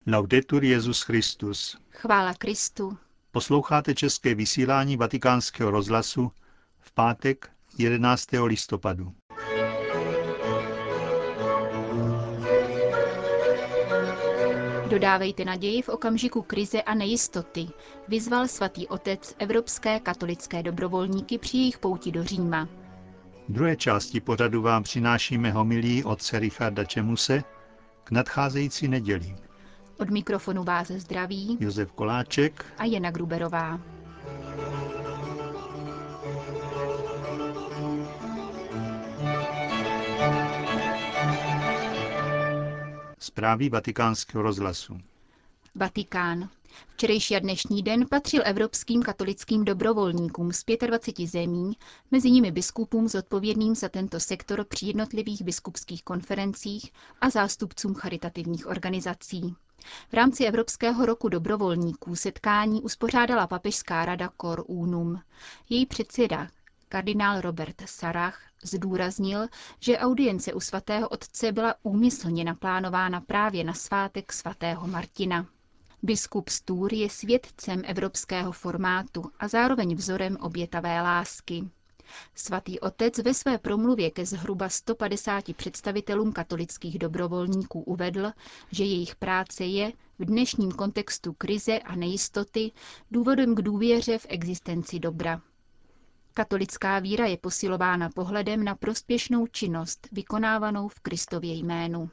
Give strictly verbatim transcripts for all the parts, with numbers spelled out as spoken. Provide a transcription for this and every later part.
Laudetur Jesus Christus. Chvála Kristu. Posloucháte české vysílání Vatikánského rozhlasu v pátek jedenáctého listopadu. Dodávejte naději v okamžiku krize a nejistoty, vyzval svatý otec evropské katolické dobrovolníky při jejich pouti do Říma. V druhé části pořadu vám přinášíme homilii otce Richarda Čemuse k nadcházející neděli. Od mikrofonu vás zdraví Josef Koláček a Jana Gruberová. Zprávy Vatikánského rozhlasu. Vatikán. Včerejší a dnešní den patřil evropským katolickým dobrovolníkům z dvaceti pěti zemí, mezi nimi biskupům zodpovědným za tento sektor při jednotlivých biskupských konferencích a zástupcům charitativních organizací. V rámci Evropského roku dobrovolníků setkání uspořádala papežská rada Cor Unum. Její předseda, kardinál Robert Sarach, zdůraznil, že audience u svatého otce byla úmyslně naplánována právě na svátek svatého Martina. Biskup z Tours je svědcem evropského formátu a zároveň vzorem obětavé lásky. Svatý otec ve své promluvě ke zhruba sto padesáti představitelům katolických dobrovolníků uvedl, že jejich práce je v dnešním kontextu krize a nejistoty důvodem k důvěře v existenci dobra. Katolická víra je posilována pohledem na prospěšnou činnost vykonávanou v Kristově jménu.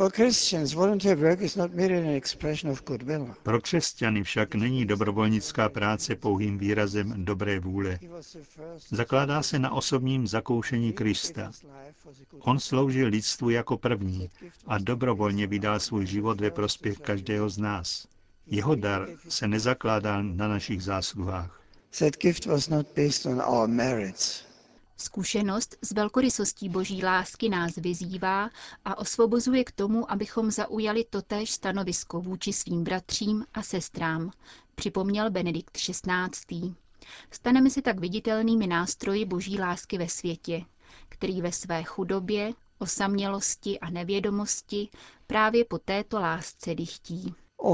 Pro křesťany však není dobrovolnická práce pouhým výrazem dobré vůle. Zakládá se na osobním zakoušení Krista. On sloužil lidstvu jako první a dobrovolně vydal svůj život ve prospěch každého z nás. Jeho dar se nezakládal na našich zásluhách. Zkušenost s velkorysostí boží lásky nás vyzývá a osvobozuje k tomu, abychom zaujali totéž stanovisko vůči svým bratřím a sestrám, připomněl Benedikt šestnáctý. Staneme si tak viditelnými nástroji boží lásky ve světě, který ve své chudobě, osamělosti a nevědomosti právě po této lásce dychtí.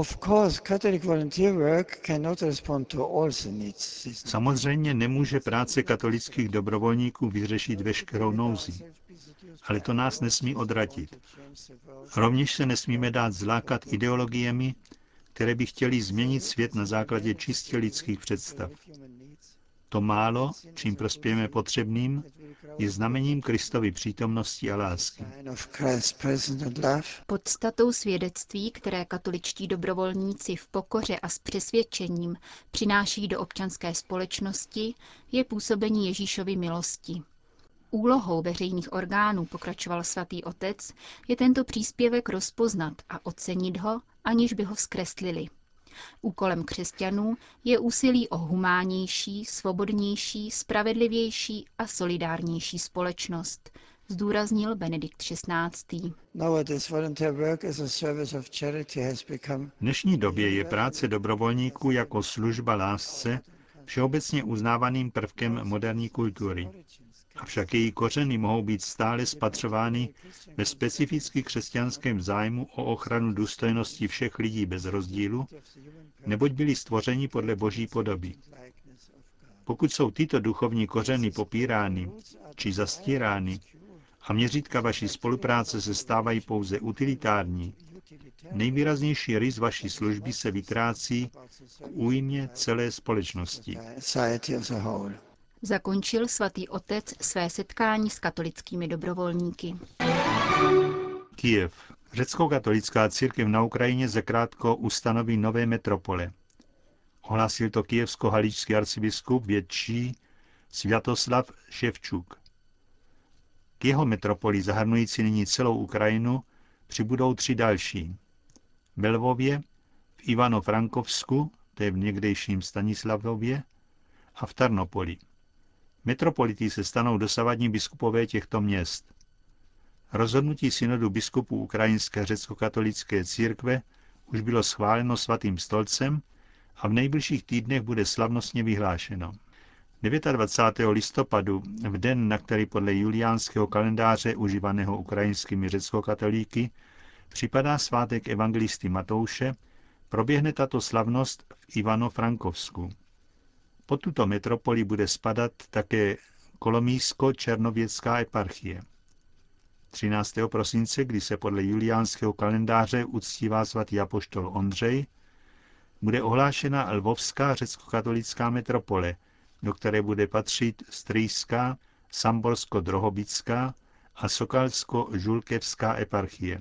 Samozřejmě nemůže práce katolických dobrovolníků vyřešit veškerou nouzi, ale to nás nesmí odradit. Rovněž se nesmíme dát zlákat ideologiemi, které by chtěly změnit svět na základě čistě lidských představ. To málo, čím prospějeme potřebným, je znamením Kristovy přítomnosti a lásky. Podstatou svědectví, které katoličtí dobrovolníci v pokoře a s přesvědčením přináší do občanské společnosti, je působení Ježíšovy milosti. Úlohou veřejných orgánů, pokračoval svatý otec, je tento příspěvek rozpoznat a ocenit ho, aniž by ho zkreslili. Úkolem křesťanů je úsilí o humánnější, svobodnější, spravedlivější a solidárnější společnost, zdůraznil Benedikt šestnáctý. V dnešní době je práce dobrovolníků jako služba lásce všeobecně uznávaným prvkem moderní kultury. Avšak její kořeny mohou být stále spatřovány ve specificky křesťanském zájmu o ochranu důstojnosti všech lidí bez rozdílu, neboť byli stvořeni podle boží podoby. Pokud jsou tyto duchovní kořeny popírány či zastírány a měřítka vaší spolupráce se stávají pouze utilitární, nejvýraznější rys vaší služby se vytrácí k újmě celé společnosti. Zakončil svatý otec své setkání s katolickými dobrovolníky. Kyjev. Řecko-katolická církev na Ukrajině zakrátko ustanoví nové metropole. Ohlásil to kyjevsko-haličský arcibiskup vědčí Sviatoslav Ševčuk. K jeho metropoli zahrnující nyní celou Ukrajinu přibudou tři další. Ve Lvově, v Ivano-Frankovsku, to je v někdejším Stanislavově, a v Tarnopoli. Metropolity se stanou dosavadní biskupové těchto měst. Rozhodnutí synodu biskupů Ukrajinské řecko-katolické církve už bylo schváleno svatým stolcem a v nejbližších týdnech bude slavnostně vyhlášeno. dvacátého devátého listopadu, v den, na který podle juliánského kalendáře užívaného ukrajinskými řeckokatolíky připadá svátek evangelisty Matouše, Proběhne tato slavnost v Ivano-Frankovsku. Pod tuto metropoli bude spadat také Kolomýsko-Černověcká eparchie. třináctého prosince, kdy se podle juliánského kalendáře uctívá svatý apoštol Ondřej, bude ohlášena Lvovská řeckokatolická metropole, do které bude patřit Strýská, Samborsko-Drohobická a Sokalsko-Žulkevská eparchie.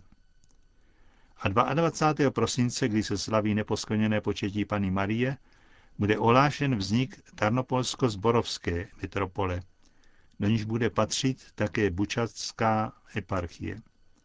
A dvacátého druhého prosince, kdy se slaví neposkvrněné početí Panny Marie, bude ohlášen vznik Tarnopolsko-Zborovské metropole, do níž bude patřit také Bučatská eparchie.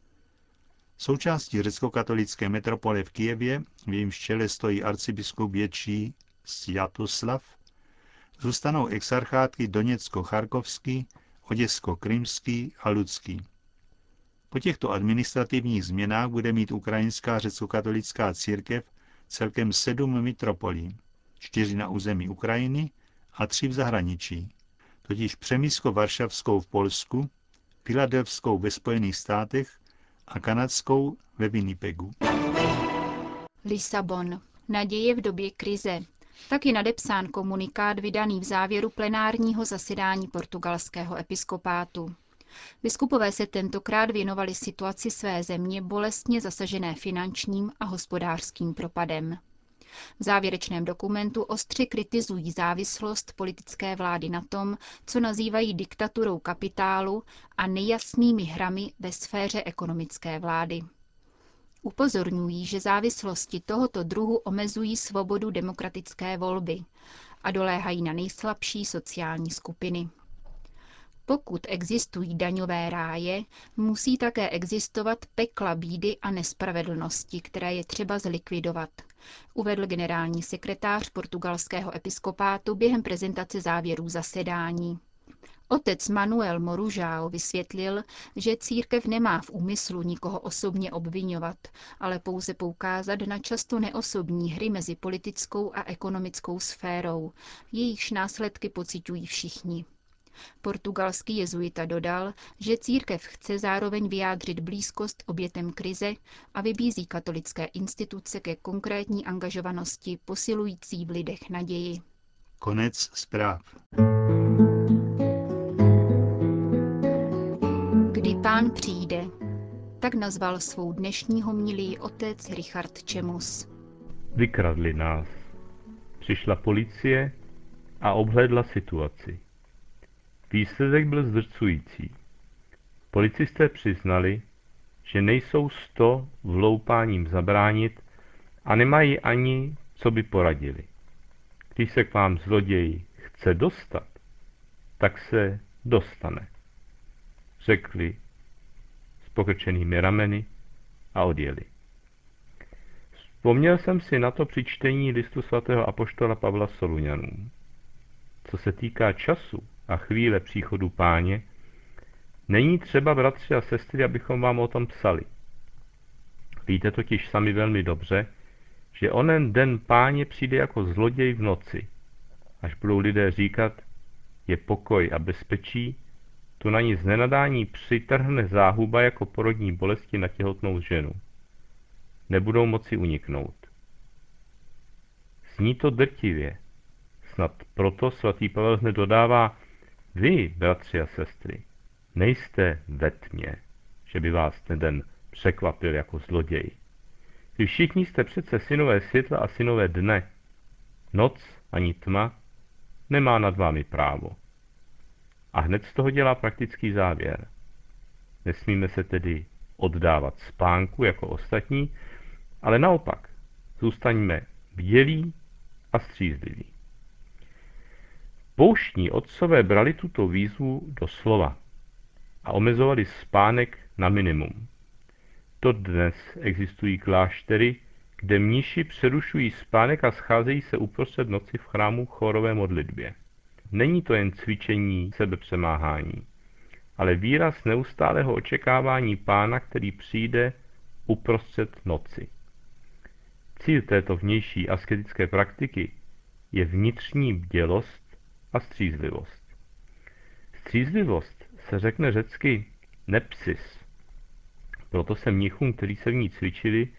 Součástí řeckokatolické metropole v Kyjevě, v jejímž čele stojí arcibiskup větší Sjatoslav, zůstanou exarchátky Doněcko-Charkovský, Oděsko-Krymský a Ludský. Po těchto administrativních změnách bude mít ukrajinská řeckokatolická církev celkem sedm metropolí, čtyři na území Ukrajiny a tři v zahraničí, totiž Přemysko-Varšavskou v Polsku, Filadelfskou ve Spojených státech a kanadskou ve Winnipegu. Lisabon. Naděje v době krize. Tak je nadepsán komunikát vydaný v závěru plenárního zasedání portugalského episkopátu. Biskupové se tentokrát věnovali situaci své země bolestně zasažené finančním a hospodářským propadem. V závěrečném dokumentu ostře kritizují závislost politické vlády na tom, co nazývají diktaturou kapitálu a nejasnými hrami ve sféře ekonomické vlády. Upozorňují, že závislosti tohoto druhu omezují svobodu demokratické volby a doléhají na nejslabší sociální skupiny. Pokud existují daňové ráje, musí také existovat pekla bídy a nespravedlnosti, které je třeba zlikvidovat, uvedl generální sekretář portugalského episkopátu během prezentace závěrů zasedání. Otec Manuel Moružao vysvětlil, že církev nemá v úmyslu nikoho osobně obviňovat, ale pouze poukázat na často neosobní hry mezi politickou a ekonomickou sférou, jejichž následky pociťují všichni. Portugalský jezuita dodal, že církev chce zároveň vyjádřit blízkost obětem krize a vybízí katolické instituce ke konkrétní angažovanosti posilující v lidech naději. Konec zpráv. Kdy Pán přijde, tak nazval svou dnešní homilii otec Richard Čemus. Vykradli nás. Přišla policie a obhlédla situaci. Výsledek byl zdrcující. Policisté přiznali, že nejsou sto vloupáním zabránit a nemají ani, co by poradili. Když se k vám zloděj chce dostat, tak se dostane, řekli s pokrčenými rameny a odjeli. Vzpomněl jsem si na to při čtení listu svatého apoštola Pavla Soluňanům. Co se týká času a chvíle příchodu Páně, není třeba, bratři a sestry, abychom vám o tom psali. Víte totiž sami velmi dobře, že onen den Páně přijde jako zloděj v noci. Až budou lidé říkat, je pokoj a bezpečí, tu na ní z nenadání přitrhne záhuba jako porodní bolesti na těhotnou ženu. Nebudou moci uniknout. Zní to drtivě. Snad proto svatý Pavel hned dodává, vy, bratři a sestry, nejste ve tmě, že by vás ten den překvapil jako zloděj. Vy všichni jste přece synové světla a synové dne. Noc ani tma nemá nad vámi právo. A hned z toho dělá praktický závěr. Nesmíme se tedy oddávat spánku jako ostatní, ale naopak zůstaňme bdělí a střízliví. Pouštní otcové brali tuto výzvu do slova a omezovali spánek na minimum. Dodnes existují kláštery, kde mniši přerušují spánek a scházejí se uprostřed noci v chrámu k chórové modlitbě. Není to jen cvičení sebepřemáhání, ale výraz neustálého očekávání Pána, který přijde uprostřed noci. Cíl této vnější asketické praktiky je vnitřní bdělost a střízlivost. Střízlivost se řekne řecky nepsis. Proto se mnichům, kteří se v ní cvičili,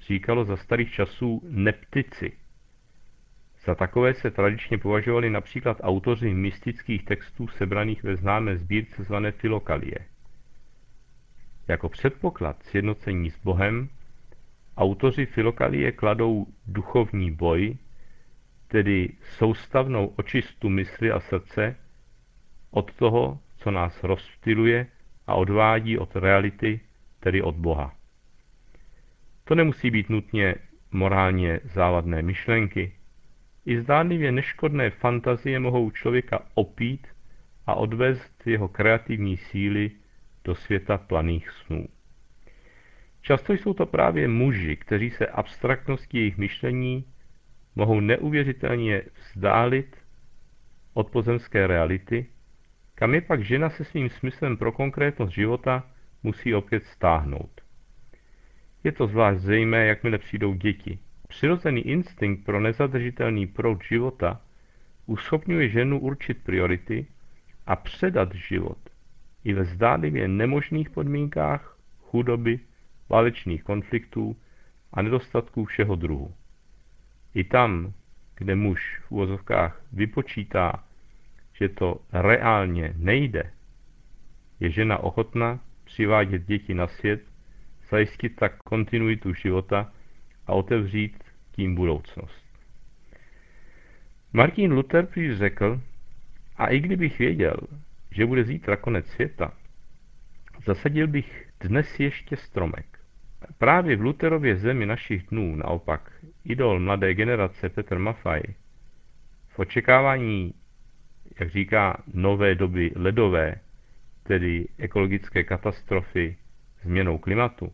říkalo za starých časů neptici. Za takové se tradičně považovali například autoři mystických textů sebraných ve známé sbírce zvané Filokalie. Jako předpoklad sjednocení s Bohem autoři Filokalie kladou duchovní boj, tedy soustavnou očistu mysli a srdce od toho, co nás rozptyluje a odvádí od reality, tedy od Boha. To nemusí být nutně morálně závadné myšlenky. I zdánlivě neškodné fantazie mohou člověka opít a odvést jeho kreativní síly do světa planých snů. Často jsou to právě muži, kteří se abstraktností jejich myšlení mohou neuvěřitelně vzdálit od pozemské reality, kam je pak žena se svým smyslem pro konkrétnost života musí opět stáhnout. Je to zvlášť zřejmé, jakmile přijdou děti. Přirozený instinkt pro nezadržitelný proud života uschopňuje ženu určit priority a předat život i ve zdánlivě nemožných podmínkách chudoby, válečných konfliktů a nedostatků všeho druhu. I tam, kde muž v uvozovkách vypočítá, že to reálně nejde, je žena ochotna přivádět děti na svět, zajistit tak kontinuitu života a otevřít tím budoucnost. Martin Luther prý řekl, a i kdybych věděl, že bude zítra konec světa, zasadil bych dnes ještě stromek. Právě v Lutherově zemi našich dnů naopak idol mladé generace Petr Maffay v očekávání, jak říká, nové doby ledové, tedy ekologické katastrofy změnou klimatu,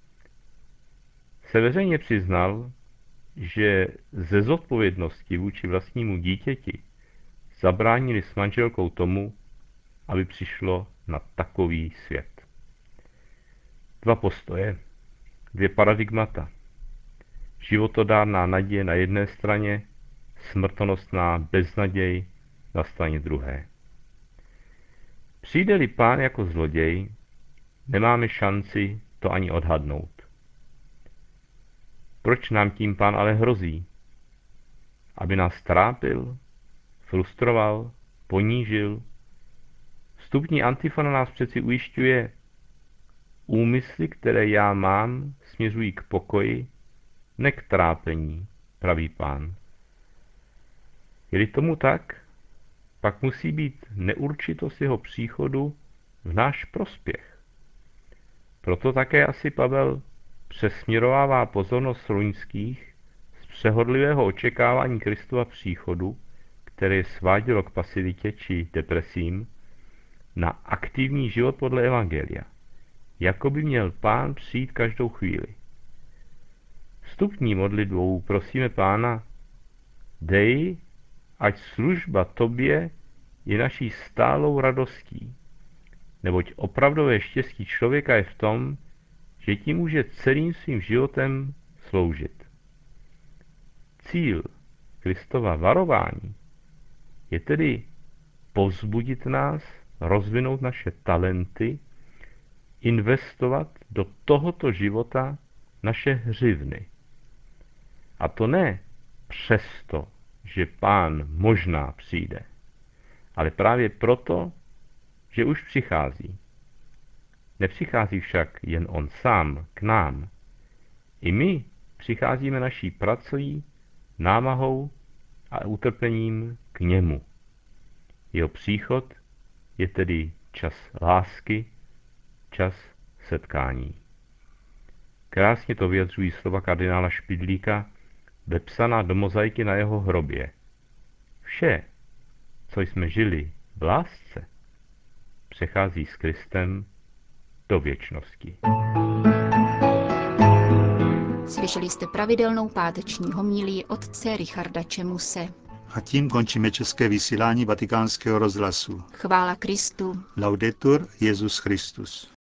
se veřejně přiznal, že ze zodpovědnosti vůči vlastnímu dítěti zabránili s manželkou tomu, aby přišlo na takový svět. Dva postoje, dvě paradigmata. Životodárná naděje na jedné straně, smrtonostná beznaděj na straně druhé. Přijde-li Pán jako zloděj, nemáme šanci to ani odhadnout. Proč nám tím Pán ale hrozí? Aby nás trápil, frustroval, ponížil? Vstupní antifona nás přeci ujišťuje, úmysly, které já mám, směřují k pokoji, ne k trápení, praví Pán. Je-li tomu tak, pak musí být neurčitost jeho příchodu v náš prospěch. Proto také asi Pavel přesměrovává pozornost ruňských z přehodlivého očekávání Kristova příchodu, které je svádělo k pasivitě či depresím, na aktivní život podle evangelia. Jako by měl Pán přijít každou chvíli. Vstupní modlitbou prosíme Pána, dej, ať služba tobě je naší stálou radostí, neboť opravdové štěstí člověka je v tom, že ti může celým svým životem sloužit. Cíl Kristova varování je tedy povzbudit nás, rozvinout naše talenty, investovat do tohoto života naše hřivny. A to ne přesto, že Pán možná přijde, ale právě proto, že už přichází. Nepřichází však jen on sám k nám. I my přicházíme naší prací, námahou a utrpením k němu. Jeho příchod je tedy čas lásky, čas setkání. Krásně to vyjadřují slova kardinála Špidlíka, vepsaná do mozaiky na jeho hrobě. Vše, co jsme žili v lásce, přechází s Kristem do věčnosti. Slyšeli jste pravidelnou páteční homílii otce Richarda Čemuse. A tím končíme české vysílání Vatikánského rozhlasu. Chvála Kristu. Laudetur Jesus Christus.